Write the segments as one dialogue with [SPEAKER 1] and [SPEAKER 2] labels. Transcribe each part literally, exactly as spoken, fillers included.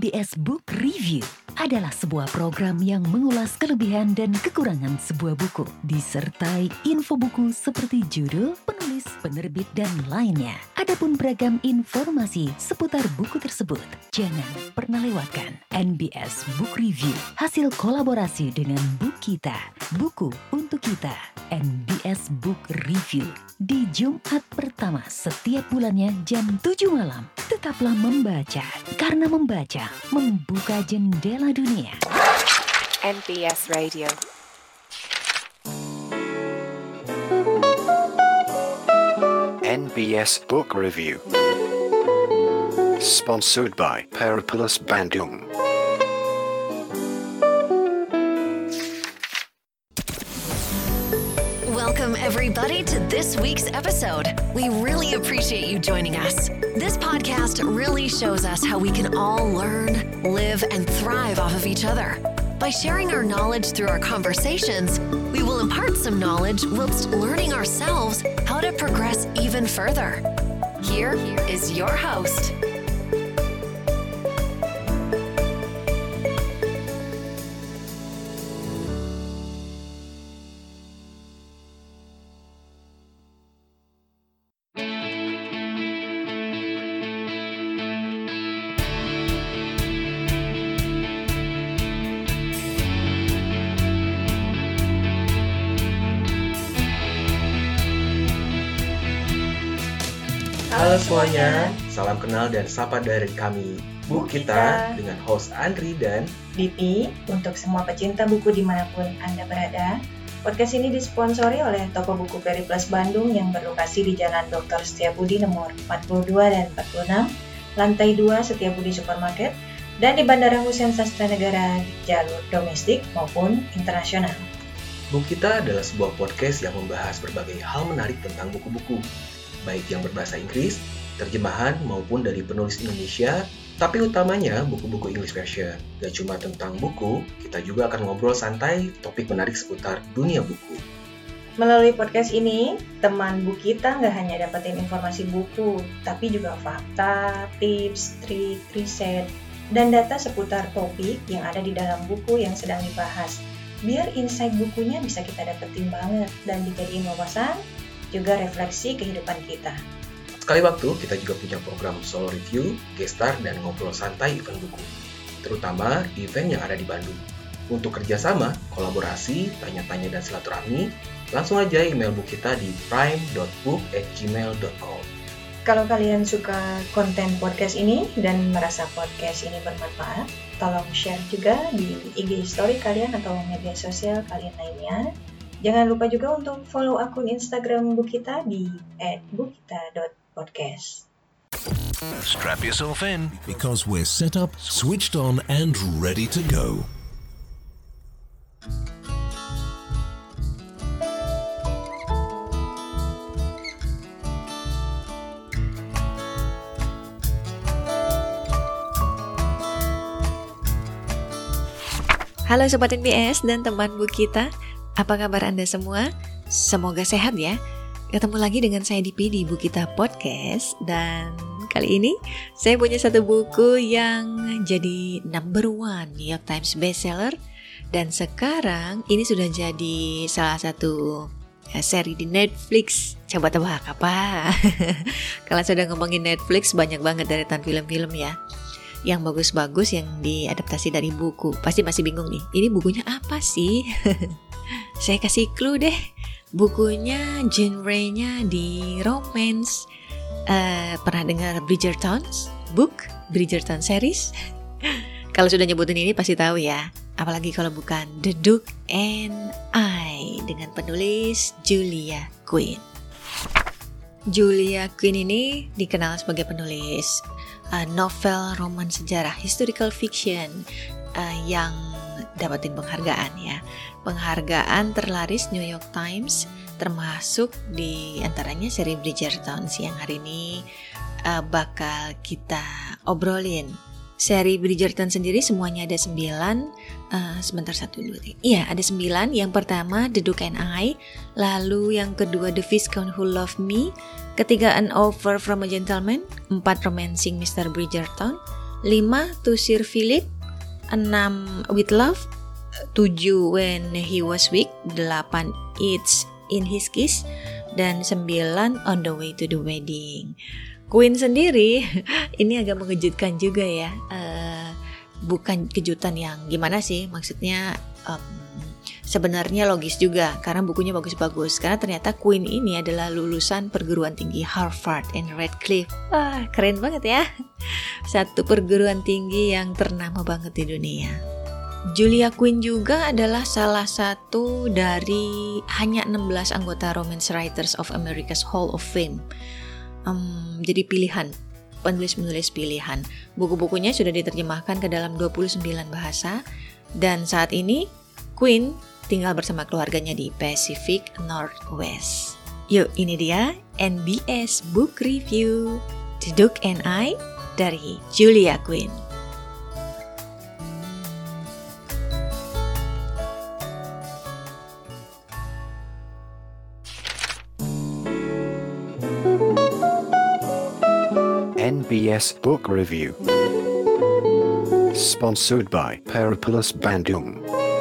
[SPEAKER 1] N B S Book Review adalah sebuah program yang mengulas kelebihan dan kekurangan sebuah buku, disertai info buku seperti judul, penulis, penerbit, dan lainnya. Adapun beragam informasi seputar buku tersebut, jangan pernah lewatkan. N B S Book Review, hasil kolaborasi dengan Bookita, buku untuk kita. N B S Book Review, di Jumat pertama setiap bulannya jam tujuh malam. Tetaplah membaca, karena membaca membuka jendela dunia.
[SPEAKER 2] N B S Radio.
[SPEAKER 3] N B S Book Review. Sponsored by Periplus Bandung.
[SPEAKER 4] Welcome, everybody, to this week's episode. We really appreciate you joining us. This podcast really shows us how we can all learn, live, and thrive off of each other. By sharing our knowledge through our conversations, we will impart some knowledge whilst learning ourselves how to progress even further. Here is your host.
[SPEAKER 5] Halo semuanya, salam kenal dan sapa dari kami, Bookita, dengan host Andri dan
[SPEAKER 6] Bipi. Untuk semua pecinta buku dimanapun Anda berada, podcast ini disponsori oleh toko buku Periplus Bandung yang berlokasi di Jalan Doktor Setiabudi nomor empat puluh dua dan empat puluh enam, lantai dua Setiabudi Supermarket, dan di Bandara Hussein Sastranegara jalur domestik maupun internasional.
[SPEAKER 5] Bookita adalah sebuah podcast yang membahas berbagai hal menarik tentang buku-buku, baik yang berbahasa Inggris, terjemahan maupun dari penulis Indonesia, tapi utamanya buku-buku English version. Gak cuma tentang buku, kita juga akan ngobrol santai topik menarik seputar dunia buku.
[SPEAKER 6] Melalui podcast ini, teman Bookita nggak hanya dapetin informasi buku, tapi juga fakta, tips, trik, riset, dan data seputar topik yang ada di dalam buku yang sedang dibahas. Biar insight bukunya bisa kita dapetin banget dan dijadiin wawasan, juga refleksi kehidupan kita.
[SPEAKER 5] Sekali waktu, kita juga punya program solo review, guest star, dan ngobrol santai event buku, terutama event yang ada di Bandung. Untuk kerjasama, kolaborasi, tanya-tanya, dan silaturahmi, langsung aja email Bookita di prime dot book at gmail dot com.
[SPEAKER 6] Kalau kalian suka konten podcast ini dan merasa podcast ini bermanfaat, tolong share juga di I G story kalian atau media sosial kalian lainnya. Jangan lupa juga untuk follow akun Instagram Bookita di at bookita dot podcast.
[SPEAKER 7] Strap yourself in because we're set up, switched on, and ready to go.
[SPEAKER 8] Halo Sobat N B S dan teman Bookita. Apa kabar Anda semua? Semoga sehat ya. Ketemu lagi dengan saya Dipi di Bookita Podcast. Dan kali ini saya punya satu buku yang jadi number one New York Times bestseller. Dan sekarang ini sudah jadi salah satu ya, seri di Netflix. Coba tebak apa? Kalau sudah ngomongin Netflix, banyak banget deretan film-film ya, yang bagus-bagus yang diadaptasi dari buku. Pasti masih bingung nih, ini bukunya apa sih? Saya kasih clue deh. Bukunya genre-nya di romance. uh, Pernah dengar Bridgerton's book? Bridgerton series? Kalau sudah nyebutin ini pasti tahu ya. Apalagi kalau bukan The Duke and I, dengan penulis Julia Quinn. Julia Quinn ini dikenal sebagai penulis uh, novel roman sejarah historical fiction uh, yang dapatin penghargaan ya. Penghargaan terlaris New York Times, termasuk di antaranya seri Bridgerton yang hari ini uh, bakal kita obrolin. Seri Bridgerton sendiri semuanya ada sembilan, uh, sebentar satu dua tiga. Iya ada sembilan. Yang pertama The Duke and I, lalu yang kedua The Viscount Who Loved Me, ketiga An Offer from a Gentleman, empat Romancing mister Bridgerton, lima To Sir Philip, enam With Love, tujuh When He Was Weak, delapan It's in His Kiss, dan sembilan On the Way to the Wedding. Queen sendiri ini agak mengejutkan juga ya. Uh, bukan kejutan yang gimana sih, maksudnya um, sebenarnya logis juga karena bukunya bagus-bagus. Karena ternyata Queen ini adalah lulusan perguruan tinggi Harvard and Radcliffe. Wah, keren banget ya. Satu perguruan tinggi yang ternama banget di dunia. Julia Quinn juga adalah salah satu dari hanya enam belas anggota Romance Writers of America's Hall of Fame. Um, jadi pilihan, penulis-penulis pilihan. Buku-bukunya sudah diterjemahkan ke dalam dua puluh sembilan bahasa. Dan saat ini Quinn tinggal bersama keluarganya di Pacific Northwest. Yuk, ini dia N B S Book Review The Duke and I dari Julia Quinn.
[SPEAKER 3] N B S Book Review, sponsored by Periplus Bandung.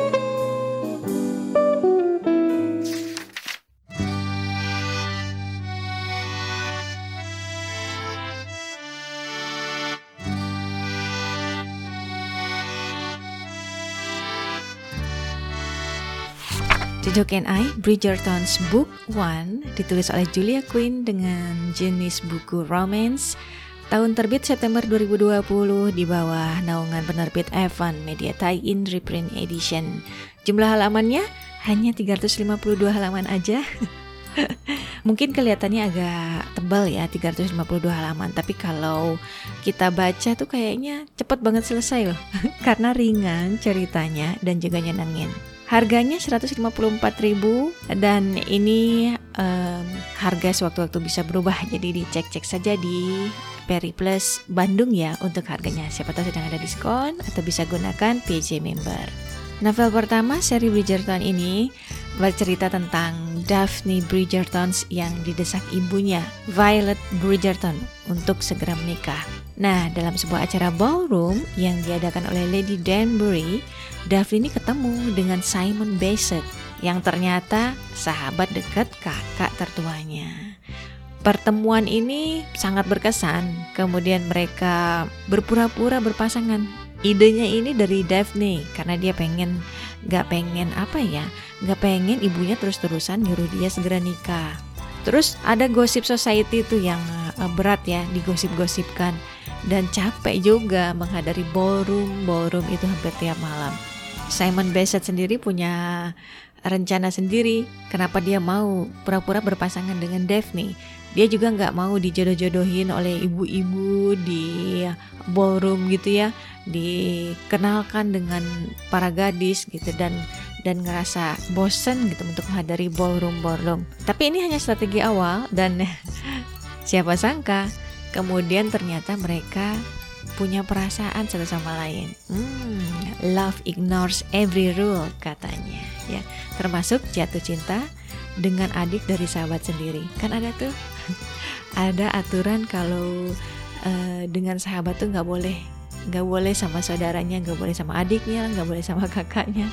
[SPEAKER 8] The Duke and I, Bridgerton's Book one, ditulis oleh Julia Quinn dengan jenis buku romance. Tahun terbit September dua ribu dua puluh di bawah naungan penerbit Evan Media Tie-in Reprint Edition. Jumlah halamannya hanya tiga ratus lima puluh dua halaman aja. Mungkin kelihatannya agak tebal ya, tiga ratus lima puluh dua halaman. Tapi kalau kita baca tuh kayaknya cepet banget selesai loh. Karena ringan ceritanya dan juga nyenengin. Harganya seratus lima puluh empat ribu dan ini um, harga sewaktu-waktu bisa berubah. Jadi dicek-cek saja di Periplus Bandung ya untuk harganya. Siapa tahu sedang ada diskon atau bisa gunakan P J member. Novel pertama seri Bridgerton ini bercerita tentang Daphne Bridgerton yang didesak ibunya, Violet Bridgerton, untuk segera menikah. Nah, dalam sebuah acara ballroom yang diadakan oleh Lady Danbury, Daphne ini ketemu dengan Simon Basset yang ternyata sahabat dekat kakak tertuanya. Pertemuan ini sangat berkesan. Kemudian mereka berpura-pura berpasangan. Idenya ini dari Daphne karena dia pengen, gak pengen apa ya, gak pengen ibunya terus-terusan nyuruh dia segera nikah. Terus ada gosip society tuh yang berat ya, digosip-gosipkan. Dan capek juga menghadiri ballroom, ballroom itu hampir tiap malam. Simon Basset sendiri punya rencana sendiri kenapa dia mau pura-pura berpasangan dengan Daphne. Dia juga gak mau dijodoh-jodohin oleh ibu-ibu di ballroom gitu ya, dikenalkan dengan para gadis gitu dan dan ngerasa bosen gitu untuk menghadiri ballroom-ballroom. Tapi ini hanya strategi awal dan siapa sangka kemudian ternyata mereka punya perasaan satu sama lain. Hmm, love ignores every rule katanya ya, termasuk jatuh cinta dengan adik dari sahabat sendiri. Kan ada tuh ada aturan kalau uh, dengan sahabat tuh nggak boleh nggak boleh sama saudaranya, nggak boleh sama adiknya, nggak boleh sama kakaknya.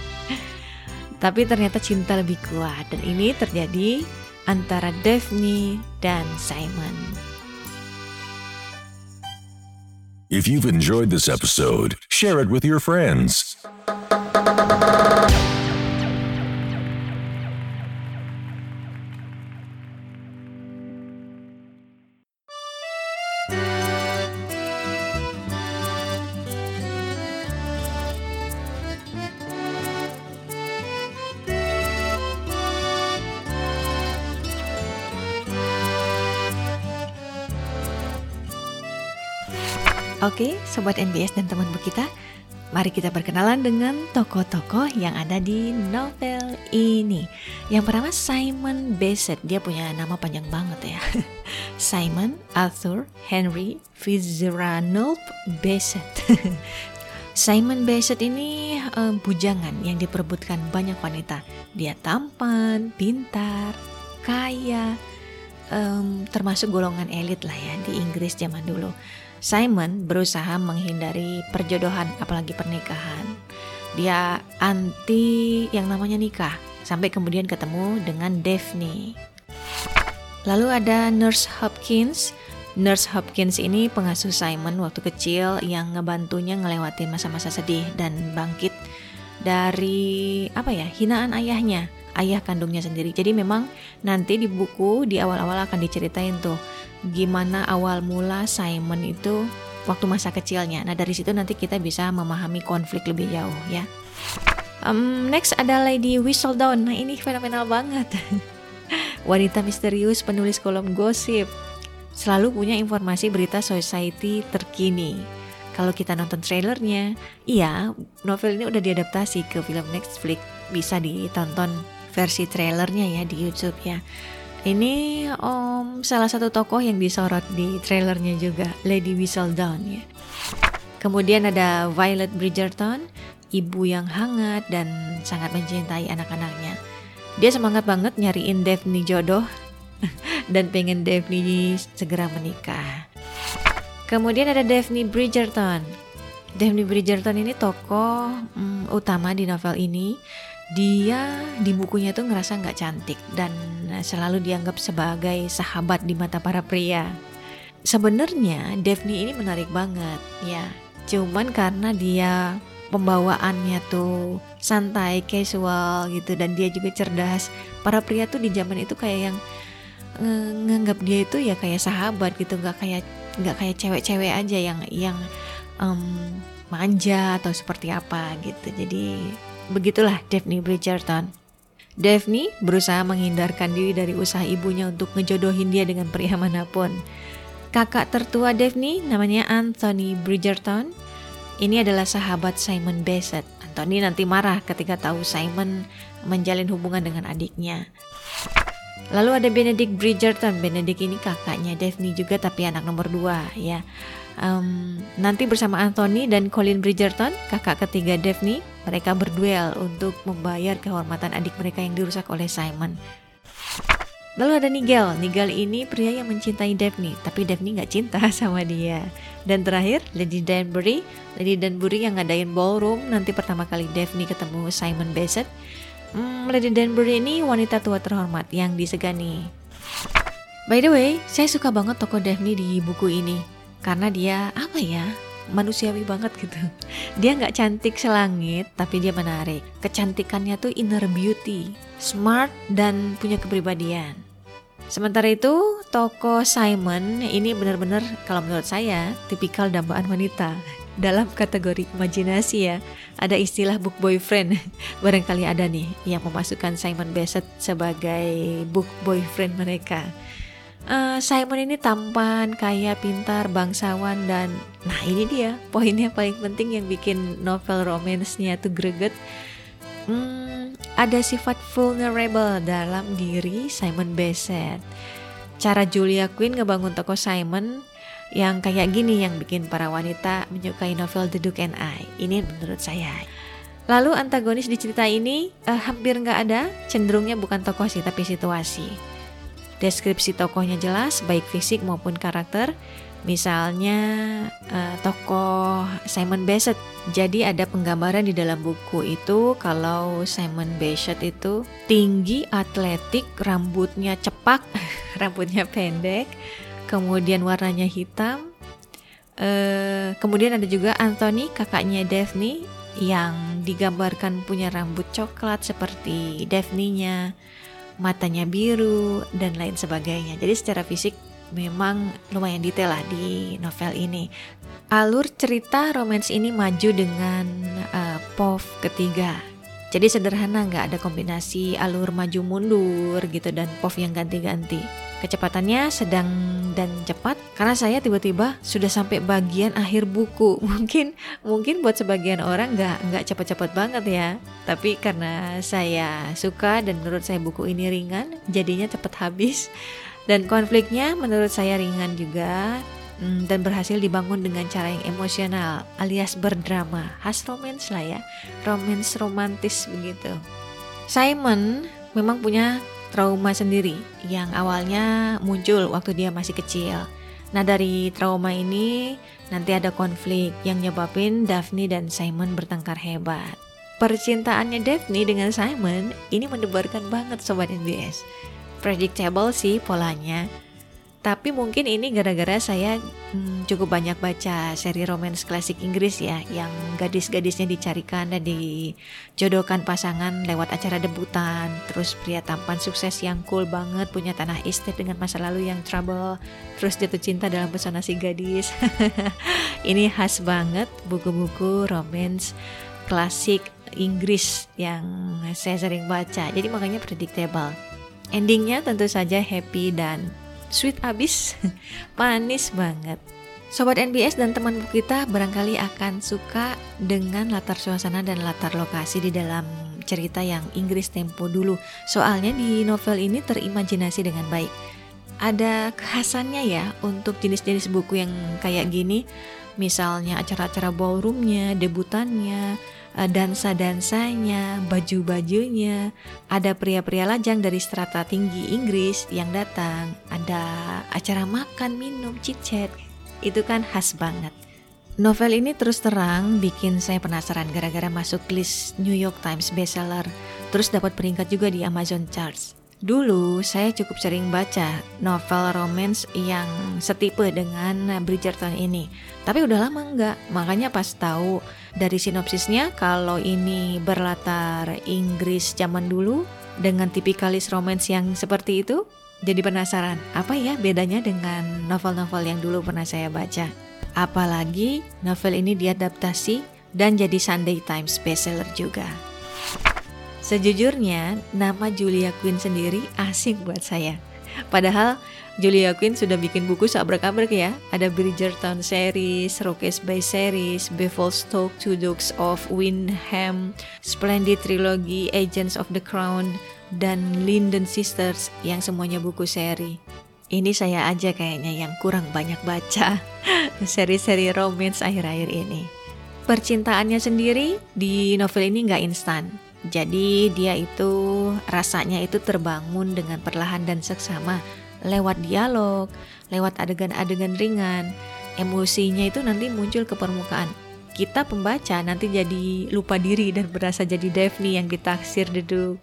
[SPEAKER 8] Tapi ternyata cinta lebih kuat dan ini terjadi antara Daphne dan Simon.
[SPEAKER 7] If you've enjoyed this episode, share it with your friends.
[SPEAKER 8] Oke, Sobat N B S dan teman buku kita, mari kita berkenalan dengan tokoh-tokoh yang ada di novel ini. Yang pertama Simon Basset, dia punya nama panjang banget ya. Simon Arthur Henry Fitzgerald Basset. Simon Basset ini um, bujangan yang diperebutkan banyak wanita. Dia tampan, pintar, kaya, um, termasuk golongan elit lah ya di Inggris zaman dulu. Simon berusaha menghindari perjodohan apalagi pernikahan. Dia anti yang namanya nikah sampai kemudian ketemu dengan Daphne. Lalu ada Nurse Hopkins. Nurse Hopkins ini pengasuh Simon waktu kecil yang ngebantunya ngelewatin masa-masa sedih dan bangkit dari apa ya hinaan ayahnya, ayah kandungnya sendiri. Jadi memang nanti di buku di awal-awal akan diceritain tuh gimana awal mula Simon itu waktu masa kecilnya. Nah dari situ nanti kita bisa memahami konflik lebih jauh ya. Um, next ada Lady Whistledown. Nah ini fenomenal banget. Wanita misterius penulis kolom gosip, selalu punya informasi berita society terkini. Kalau kita nonton trailernya, iya novel ini udah diadaptasi ke film Netflix, bisa ditonton versi trailernya ya di YouTube ya. Ini om salah satu tokoh yang disorot di trailernya juga, Lady Whistledown ya. Kemudian ada Violet Bridgerton, ibu yang hangat dan sangat mencintai anak-anaknya. Dia semangat banget nyariin Daphne jodoh dan pengen Daphne segera menikah. Kemudian ada Daphne Bridgerton. Daphne Bridgerton ini tokoh um, utama di novel ini. Dia di bukunya tuh ngerasa gak cantik dan selalu dianggap sebagai sahabat di mata para pria. Sebenarnya Daphne ini menarik banget ya, cuman karena dia pembawaannya tuh santai, casual gitu, dan dia juga cerdas. Para pria tuh di zaman itu kayak yang nge- nganggap dia itu ya kayak sahabat gitu, gak kayak gak kayak cewek-cewek aja yang yang um, manja atau seperti apa gitu. Jadi begitulah Daphne Bridgerton. Daphne berusaha menghindarkan diri dari usaha ibunya untuk ngejodohin dia dengan pria manapun. Kakak tertua Daphne namanya Anthony Bridgerton. Ini adalah sahabat Simon Basset. Anthony nanti marah ketika tahu Simon menjalin hubungan dengan adiknya. Lalu ada Benedict Bridgerton. Benedict ini kakaknya Daphne juga tapi anak nomor dua ya. Um, nanti bersama Anthony dan Colin Bridgerton, kakak ketiga Daphne, mereka berduel untuk membayar kehormatan adik mereka yang dirusak oleh Simon. Lalu ada Nigel. Nigel ini pria yang mencintai Daphne, tapi Daphne gak cinta sama dia. Dan terakhir Lady Danbury. Lady Danbury yang ngadain ballroom nanti pertama kali Daphne ketemu Simon Basset. hmm, Lady Danbury ini wanita tua terhormat yang disegani. By the way, saya suka banget tokoh Daphne di buku ini karena dia apa ya, manusiawi banget gitu. Dia gak cantik selangit, tapi dia menarik. Kecantikannya tuh inner beauty, smart dan punya kepribadian. Sementara itu tokoh Simon ini benar-benar kalau menurut saya tipikal dambaan wanita. Dalam kategori imajinasi ya, ada istilah book boyfriend. Barangkali ada nih yang memasukkan Simon Basset sebagai book boyfriend mereka. Uh, Simon ini tampan, kaya, pintar, bangsawan, dan nah ini dia poinnya paling penting yang bikin novel romance-nya tuh greget. Hmm, ada sifat vulnerable dalam diri Simon Basset. Cara Julia Quinn ngebangun tokoh Simon yang kayak gini yang bikin para wanita menyukai novel The Duke and I. Ini menurut saya. Lalu antagonis di cerita ini uh, hampir nggak ada, cenderungnya bukan tokoh sih tapi situasi. Deskripsi tokohnya jelas, baik fisik maupun karakter. Misalnya uh, tokoh Simon Basset. Jadi ada penggambaran di dalam buku itu kalau Simon Basset itu tinggi, atletik, rambutnya cepak, rambutnya pendek, kemudian warnanya hitam. Uh, kemudian ada juga Anthony, kakaknya Daphne, yang digambarkan punya rambut coklat seperti Daphne-nya, matanya biru dan lain sebagainya. Jadi secara fisik memang lumayan detail lah di novel ini. Alur cerita romance ini maju dengan uh, P O V ketiga. Jadi sederhana, nggak ada kombinasi alur maju mundur gitu dan P O V yang ganti-ganti. Kecepatannya sedang dan cepat karena saya tiba-tiba sudah sampai bagian akhir buku. Mungkin mungkin buat sebagian orang nggak nggak cepat-cepat banget ya. Tapi karena saya suka dan menurut saya buku ini ringan, jadinya cepat habis. Dan konfliknya menurut saya ringan juga hmm, dan berhasil dibangun dengan cara yang emosional alias berdrama, khas romance lah ya, romance romantis begitu. Simon memang punya trauma sendiri yang awalnya muncul waktu dia masih kecil. Nah, dari trauma ini nanti ada konflik yang nyebabin Daphne dan Simon bertengkar hebat. Percintaannya Daphne dengan Simon ini mendebarkan banget Sobat N B S. Predictable sih polanya. Tapi mungkin ini gara-gara saya hmm, cukup banyak baca seri romance klasik Inggris ya, yang gadis-gadisnya dicarikan dan dijodohkan pasangan lewat acara debutan. Terus pria tampan sukses yang cool banget, punya tanah estate dengan masa lalu yang trouble, terus jatuh cinta dalam pesona si gadis. Ini khas banget buku-buku romance klasik Inggris yang saya sering baca. Jadi makanya predictable. Endingnya tentu saja happy dan sweet abis, manis banget. Sobat N B S dan teman buku kita barangkali akan suka dengan latar suasana dan latar lokasi di dalam cerita yang Inggris tempo dulu. Soalnya di novel ini terimajinasi dengan baik. Ada kekhasannya ya untuk jenis-jenis buku yang kayak gini. Misalnya acara-acara ballroomnya, debutannya, dansa-dansanya, baju-bajunya. Ada pria-pria lajang dari strata tinggi Inggris yang datang. Ada acara makan, minum, chit-chat. Itu kan khas banget. Novel ini terus terang bikin saya penasaran gara-gara masuk list New York Times bestseller. Terus dapat peringkat juga di Amazon Charts. Dulu saya cukup sering baca novel romance yang setipe dengan Bridgerton ini. Tapi udah lama enggak, makanya pas tahu dari sinopsisnya kalau ini berlatar Inggris zaman dulu dengan tipikalis romance yang seperti itu, jadi penasaran apa ya bedanya dengan novel-novel yang dulu pernah saya baca. Apalagi novel ini diadaptasi dan jadi Sunday Times bestseller juga. Sejujurnya, nama Julia Quinn sendiri asing buat saya. Padahal Julia Quinn sudah bikin buku seabrek-abrek ya. Ada Bridgerton series, Rokes by series, Bevelstoke, Two Dukes of Windham, Splendid Trilogy, Agents of the Crown, dan Linden Sisters yang semuanya buku seri. Ini saya aja kayaknya yang kurang banyak baca seri-seri romance akhir-akhir ini. Percintaannya sendiri di novel ini nggak instan. Jadi dia itu rasanya itu terbangun dengan perlahan dan seksama lewat dialog, lewat adegan-adegan ringan. Emosinya itu nanti muncul ke permukaan. Kita pembaca nanti jadi lupa diri dan berasa jadi Daphne yang ditaksir deduk.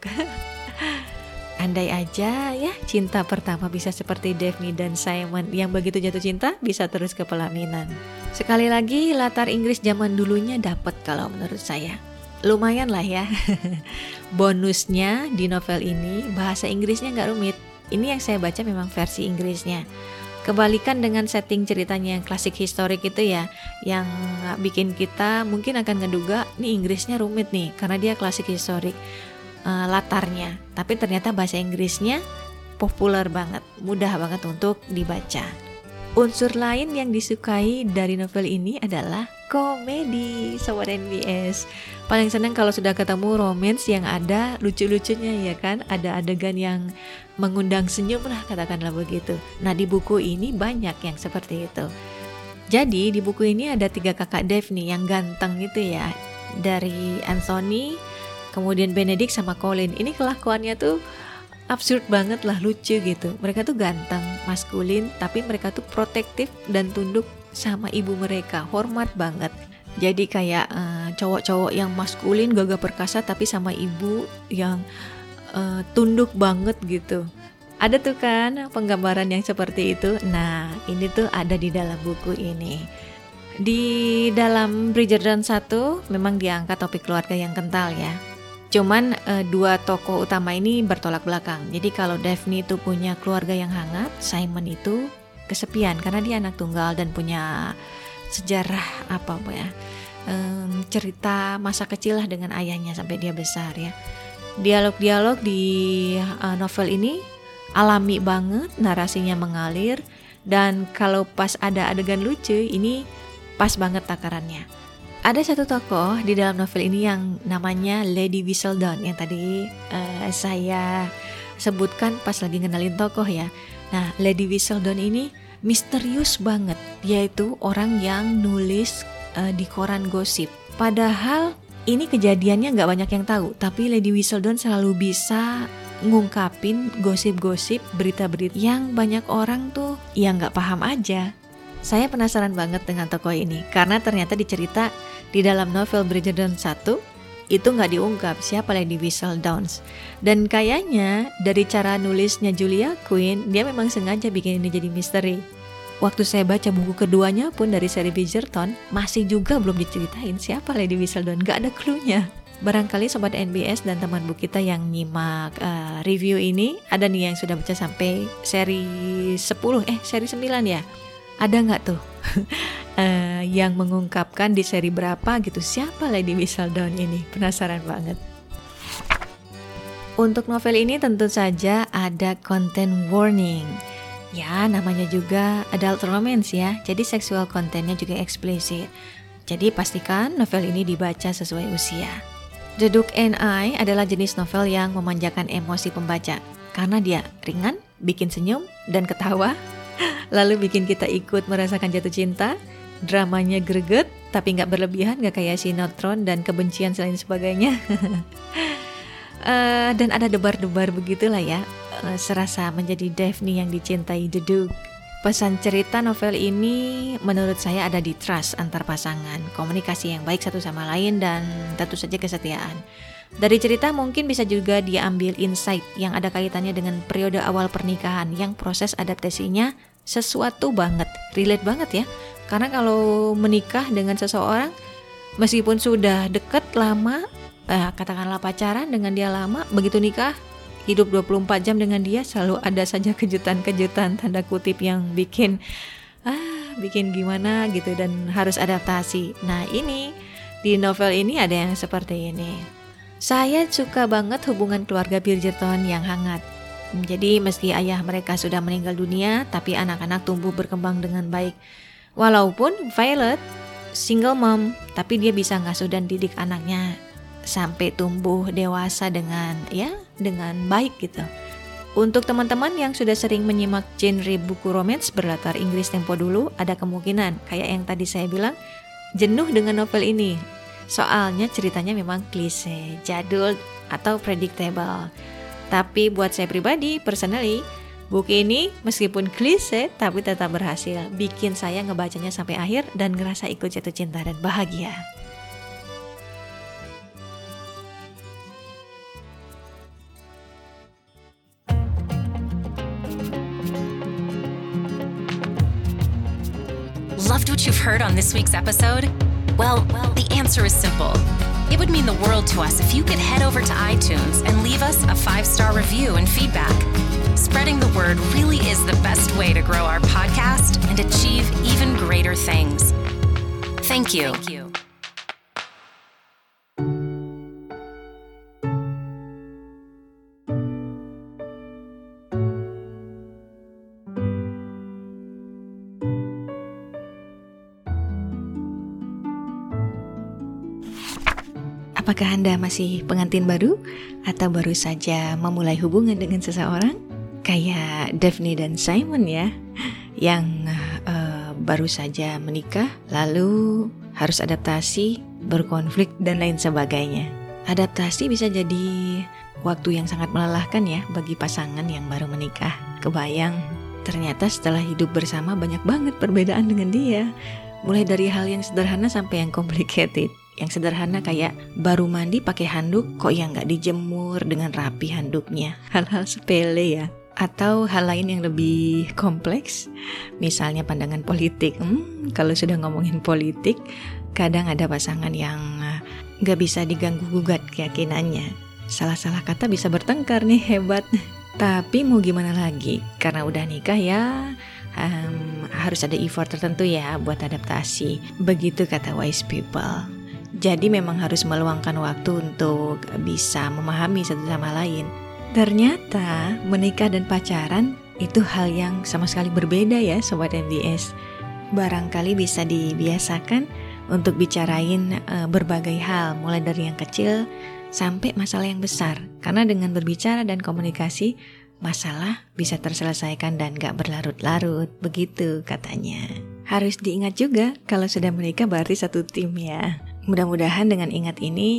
[SPEAKER 8] Andai aja ya cinta pertama bisa seperti Daphne dan Simon yang begitu jatuh cinta bisa terus ke pelaminan. Sekali lagi latar Inggris zaman dulunya dapat kalau menurut saya. Lumayan lah ya. Bonusnya di novel ini bahasa Inggrisnya gak rumit. Ini yang saya baca memang versi Inggrisnya. Kebalikan dengan setting ceritanya yang klasik historik itu ya, yang bikin kita mungkin akan ngeduga nih Inggrisnya rumit nih karena dia klasik historik uh, latarnya. Tapi ternyata bahasa Inggrisnya populer banget, mudah banget untuk dibaca. Unsur lain yang disukai dari novel ini adalah komedi, Sobat N B S. Paling senang kalau sudah ketemu romance yang ada lucu-lucunya ya kan. Ada adegan yang mengundang senyum lah katakanlah begitu. Nah di buku ini banyak yang seperti itu. Jadi di buku ini ada tiga kakak Daphne yang ganteng gitu ya. Dari Anthony, kemudian Benedict sama Colin. Ini kelakuannya tuh absurd banget lah, lucu gitu. Mereka tuh ganteng, maskulin, tapi mereka tuh protektif dan tunduk sama ibu mereka, hormat banget. Jadi kayak uh, cowok-cowok yang maskulin gagah perkasa tapi sama ibu yang uh, tunduk banget gitu. Ada tuh kan penggambaran yang seperti itu. Nah ini tuh ada di dalam buku ini. Di dalam Bridgerton satu memang diangkat topik keluarga yang kental ya. Cuman e, dua tokoh utama ini bertolak belakang. Jadi kalau Daphne itu punya keluarga yang hangat, Simon itu kesepian karena dia anak tunggal dan punya sejarah apa ya, e, cerita masa kecil lah dengan ayahnya sampai dia besar ya. Dialog-dialog di e, novel ini alami banget, narasinya mengalir, dan kalau pas ada adegan lucu ini pas banget takarannya. Ada satu tokoh di dalam novel ini yang namanya Lady Whistledown yang tadi uh, saya sebutkan pas lagi ngenalin tokoh ya. Nah, Lady Whistledown ini misterius banget. Dia itu orang yang nulis uh, di koran gosip. Padahal ini kejadiannya nggak banyak yang tahu, tapi Lady Whistledown selalu bisa ngungkapin gosip-gosip, berita-berita yang banyak orang tuh yang gak paham aja. Saya penasaran banget dengan tokoh ini, karena ternyata dicerita di dalam novel Bridgerton satu, itu gak diungkap siapa Lady Whistledown. Dan kayaknya dari cara nulisnya Julia Quinn, dia memang sengaja bikin ini jadi misteri. Waktu saya baca buku keduanya pun dari seri Bridgerton, masih juga belum diceritain siapa Lady Whistledown, gak ada cluenya. Barangkali Sobat N B S dan teman buku kita yang nyimak uh, review ini, ada nih yang sudah baca sampai seri sepuluh, eh seri sembilan ya. Ada gak tuh uh, yang mengungkapkan di seri berapa gitu siapa Lady Whistledown ini? Penasaran banget. Untuk novel ini tentu saja ada content warning. Ya, namanya juga adult romance ya, jadi seksual kontennya juga eksplisit. Jadi pastikan novel ini dibaca sesuai usia. The Duke and I adalah jenis novel yang memanjakan emosi pembaca karena dia ringan, bikin senyum dan ketawa, lalu bikin kita ikut merasakan jatuh cinta, dramanya greget tapi gak berlebihan, gak kayak sinetron dan kebencian selain sebagainya. uh, dan ada debar-debar begitulah ya, uh, serasa menjadi Daphne yang dicintai The Duke. Pesan cerita novel ini menurut saya ada di trust antar pasangan, komunikasi yang baik satu sama lain, dan tentu saja kesetiaan. Dari cerita mungkin bisa juga diambil insight yang ada kaitannya dengan periode awal pernikahan yang proses adaptasinya sesuatu banget, relate banget ya. Karena kalau menikah dengan seseorang, meskipun sudah deket lama, eh, katakanlah pacaran dengan dia lama, begitu nikah, hidup dua puluh empat jam dengan dia, selalu ada saja kejutan-kejutan tanda kutip yang bikin ah, bikin gimana gitu dan harus adaptasi. Nah ini, di novel ini ada yang seperti ini. Saya suka banget hubungan keluarga Bridgerton yang hangat. Jadi meski ayah mereka sudah meninggal dunia, tapi anak-anak tumbuh berkembang dengan baik. Walaupun Violet single mom, tapi dia bisa ngasuh dan didik anaknya sampai tumbuh dewasa dengan ya dengan baik gitu. Untuk teman-teman yang sudah sering menyimak genre buku romance berlatar Inggris tempo dulu, ada kemungkinan kayak yang tadi saya bilang jenuh dengan novel ini. Soalnya ceritanya memang klise, jadul atau predictable. Tapi buat saya pribadi, personally, buku ini meskipun klise tapi tetap berhasil bikin saya ngebacanya sampai akhir dan ngerasa ikut jatuh cinta dan bahagia.
[SPEAKER 9] Loved what you've heard on this week's episode? Well, well, the answer is simple. It would mean the world to us if you could head over to iTunes and leave us a five-star review and feedback. Spreading the word really is the best way to grow our podcast and achieve even greater things. Thank you. Thank you.
[SPEAKER 8] Apakah Anda masih pengantin baru atau baru saja memulai hubungan dengan seseorang? Kayak Daphne dan Simon ya, yang uh, baru saja menikah, lalu harus adaptasi, berkonflik, dan lain sebagainya. Adaptasi bisa jadi waktu yang sangat melelahkan ya bagi pasangan yang baru menikah. Kebayang, ternyata setelah hidup bersama banyak banget perbedaan dengan dia. Mulai dari hal yang sederhana sampai yang complicated. Yang sederhana kayak baru mandi pakai handuk kok yang gak dijemur dengan rapi handuknya. Hal-hal sepele ya. Atau hal lain yang lebih kompleks, misalnya pandangan politik. Hmm, kalau sudah ngomongin politik, kadang ada pasangan yang gak bisa diganggu-gugat keyakinannya. Salah-salah kata bisa bertengkar nih, hebat. Tapi mau gimana lagi, karena udah nikah ya, um, harus ada effort tertentu ya buat adaptasi. Begitu kata wise people. Jadi memang harus meluangkan waktu untuk bisa memahami satu sama lain. Ternyata menikah dan pacaran itu hal yang sama sekali berbeda ya Sobat M B S. Barangkali bisa dibiasakan untuk bicarain e, berbagai hal, mulai dari yang kecil sampai masalah yang besar. Karena dengan berbicara dan komunikasi, masalah bisa terselesaikan dan gak berlarut-larut, begitu katanya. Harus diingat juga kalau sudah menikah berarti satu tim ya. Mudah-mudahan dengan ingat ini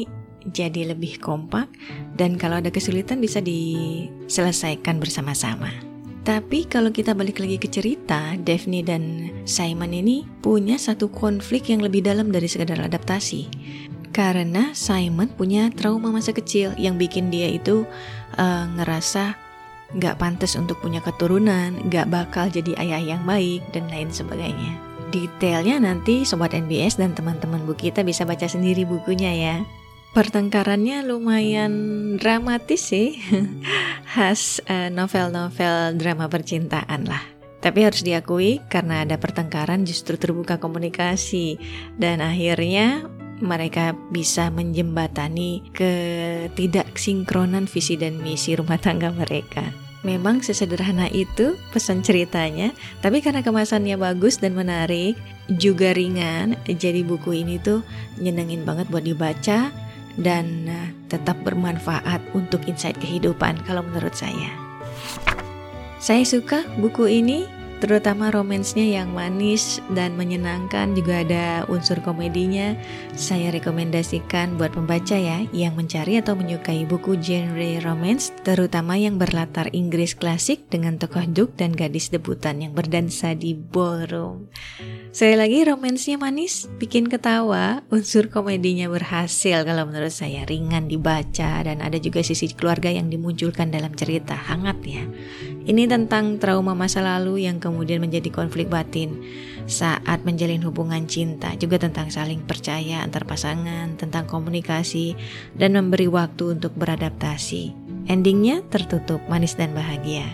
[SPEAKER 8] jadi lebih kompak, dan kalau ada kesulitan bisa diselesaikan bersama-sama. Tapi kalau kita balik lagi ke cerita, Daphne dan Simon ini punya satu konflik yang lebih dalam dari sekadar adaptasi. Karena Simon punya trauma masa kecil yang bikin dia itu uh, ngerasa gak pantas untuk punya keturunan, gak bakal jadi ayah yang baik, dan lain sebagainya. Detailnya nanti Sobat N B S dan teman-teman Bu Kita bisa baca sendiri bukunya ya. Pertengkarannya lumayan dramatis sih, khas uh, novel-novel drama percintaan lah. Tapi harus diakui karena ada pertengkaran justru terbuka komunikasi, dan akhirnya mereka bisa menjembatani ketidaksinkronan visi dan misi rumah tangga mereka. Memang sesederhana itu pesan ceritanya, tapi karena kemasannya bagus dan menarik, juga ringan, jadi buku ini tuh nyenengin banget buat dibaca dan tetap bermanfaat untuk insight kehidupan kalau menurut saya. Saya suka buku ini, terutama romansnya yang manis dan menyenangkan, juga ada unsur komedinya. Saya rekomendasikan buat pembaca ya yang mencari atau menyukai buku genre romance, terutama yang berlatar Inggris klasik dengan tokoh Duke dan gadis debutan yang berdansa di ballroom. Sekali lagi, romansnya manis, bikin ketawa, unsur komedinya berhasil kalau menurut saya, ringan dibaca, dan ada juga sisi keluarga yang dimunculkan dalam cerita, hangat ya. Ini tentang trauma masa lalu yang kemudian menjadi konflik batin saat menjalin hubungan cinta, juga tentang saling percaya antar pasangan, tentang komunikasi, dan memberi waktu untuk beradaptasi. Endingnya tertutup manis dan bahagia.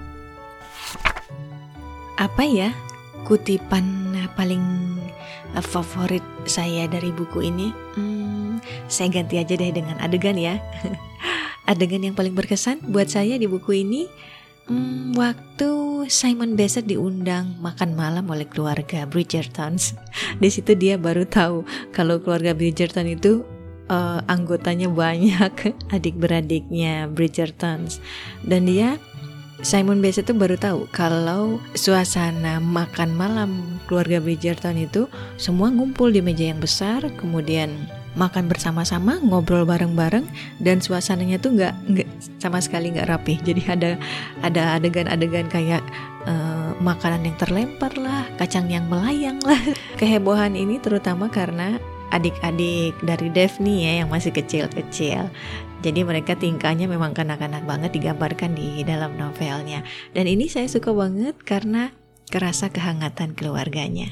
[SPEAKER 8] Apa ya kutipan paling favorit saya dari buku ini? Hmm, saya ganti aja deh dengan adegan ya. Adegan yang paling berkesan buat saya di buku ini, hmm, waktu Simon Basset diundang makan malam oleh keluarga Bridgerton. Di situ dia baru tahu kalau keluarga Bridgerton itu uh, anggotanya banyak, adik-beradiknya Bridgerton, dan dia Simon Basset itu baru tahu kalau suasana makan malam keluarga Bridgerton itu semua ngumpul di meja yang besar, kemudian makan bersama-sama, ngobrol bareng-bareng, dan suasananya tuh nggak nggak sama sekali nggak rapi. Jadi ada ada adegan-adegan kayak uh, makanan yang terlempar lah, kacang yang melayang lah. Kehebohan ini terutama karena adik-adik dari Daphne ya yang masih kecil-kecil. Jadi mereka tingkahnya memang kanak-kanak banget digambarkan di dalam novelnya. Dan ini saya suka banget karena kerasa kehangatan keluarganya.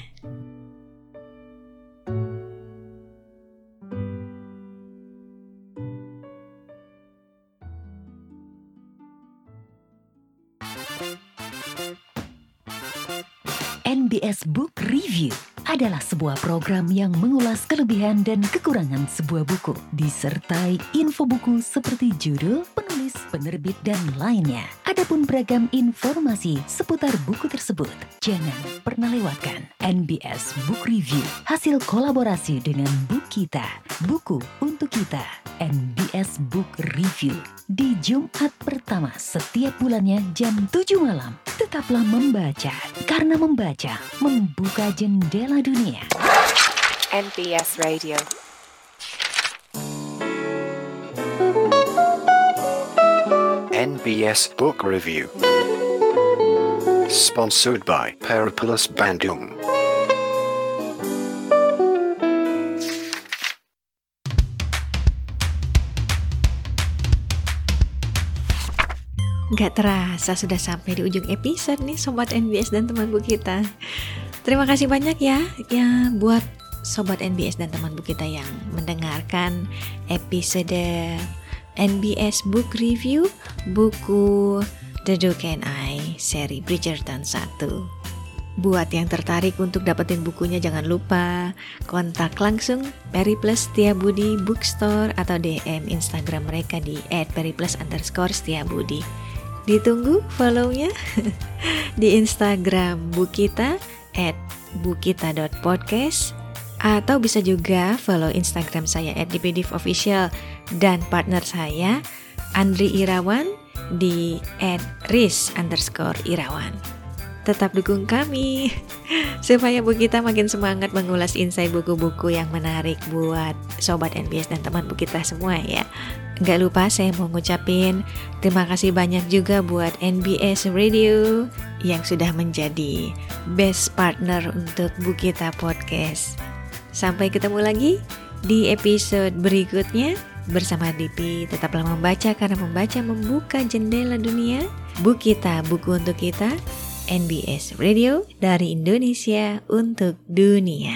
[SPEAKER 1] N B S Book Review adalah sebuah program yang mengulas kelebihan dan kekurangan sebuah buku, disertai info buku seperti judul, penulis, penerbit, dan lainnya. Adapun beragam informasi seputar buku tersebut, jangan pernah lewatkan. N B S Book Review, hasil kolaborasi dengan Bu Kita, buku untuk kita. N B S Book Review, di Jumat pertama setiap bulannya jam tujuh malam. Tetaplah membaca, karena membaca membuka jendela dunia.
[SPEAKER 2] N B S Radio.
[SPEAKER 3] N B S Book Review. Sponsored by Periplus Bandung.
[SPEAKER 8] Gak terasa sudah sampai di ujung episode nih Sobat N B S dan teman Bu Kita. Terima kasih banyak ya ya buat Sobat N B S dan teman Bu Kita yang mendengarkan episode N B S Book Review buku The Duke and I seri Bridgerton satu. Buat yang tertarik untuk dapetin bukunya, jangan lupa kontak langsung Periplus Setiabudi Bookstore atau D M Instagram mereka di et periplus underscore setiabudi. Ditunggu follow-nya di Instagram Bu Kita et bukita dot podcast, atau bisa juga follow Instagram saya et dpdivofficial dan partner saya Andri Irawan di et ris underscore irawan. tetap dukung kami supaya Bu Gita makin semangat mengulas insight buku-buku yang menarik buat Sobat N B S dan teman Bu Gita semua ya. Nggak lupa saya mau ngucapin terima kasih banyak juga buat N B S Radio yang sudah menjadi best partner untuk Bu Gita Podcast. Sampai ketemu lagi di episode berikutnya. Bersama D P, tetaplah membaca karena membaca membuka jendela dunia. Bu Gita, buku untuk kita. N B S Radio dari Indonesia untuk dunia.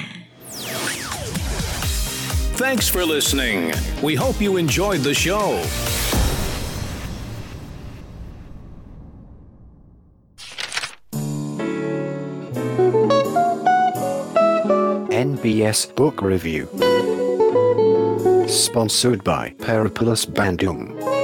[SPEAKER 7] Thanks for listening. We hope you enjoyed the show.
[SPEAKER 3] N B S Book Review. Sponsored by Periplus Bandung.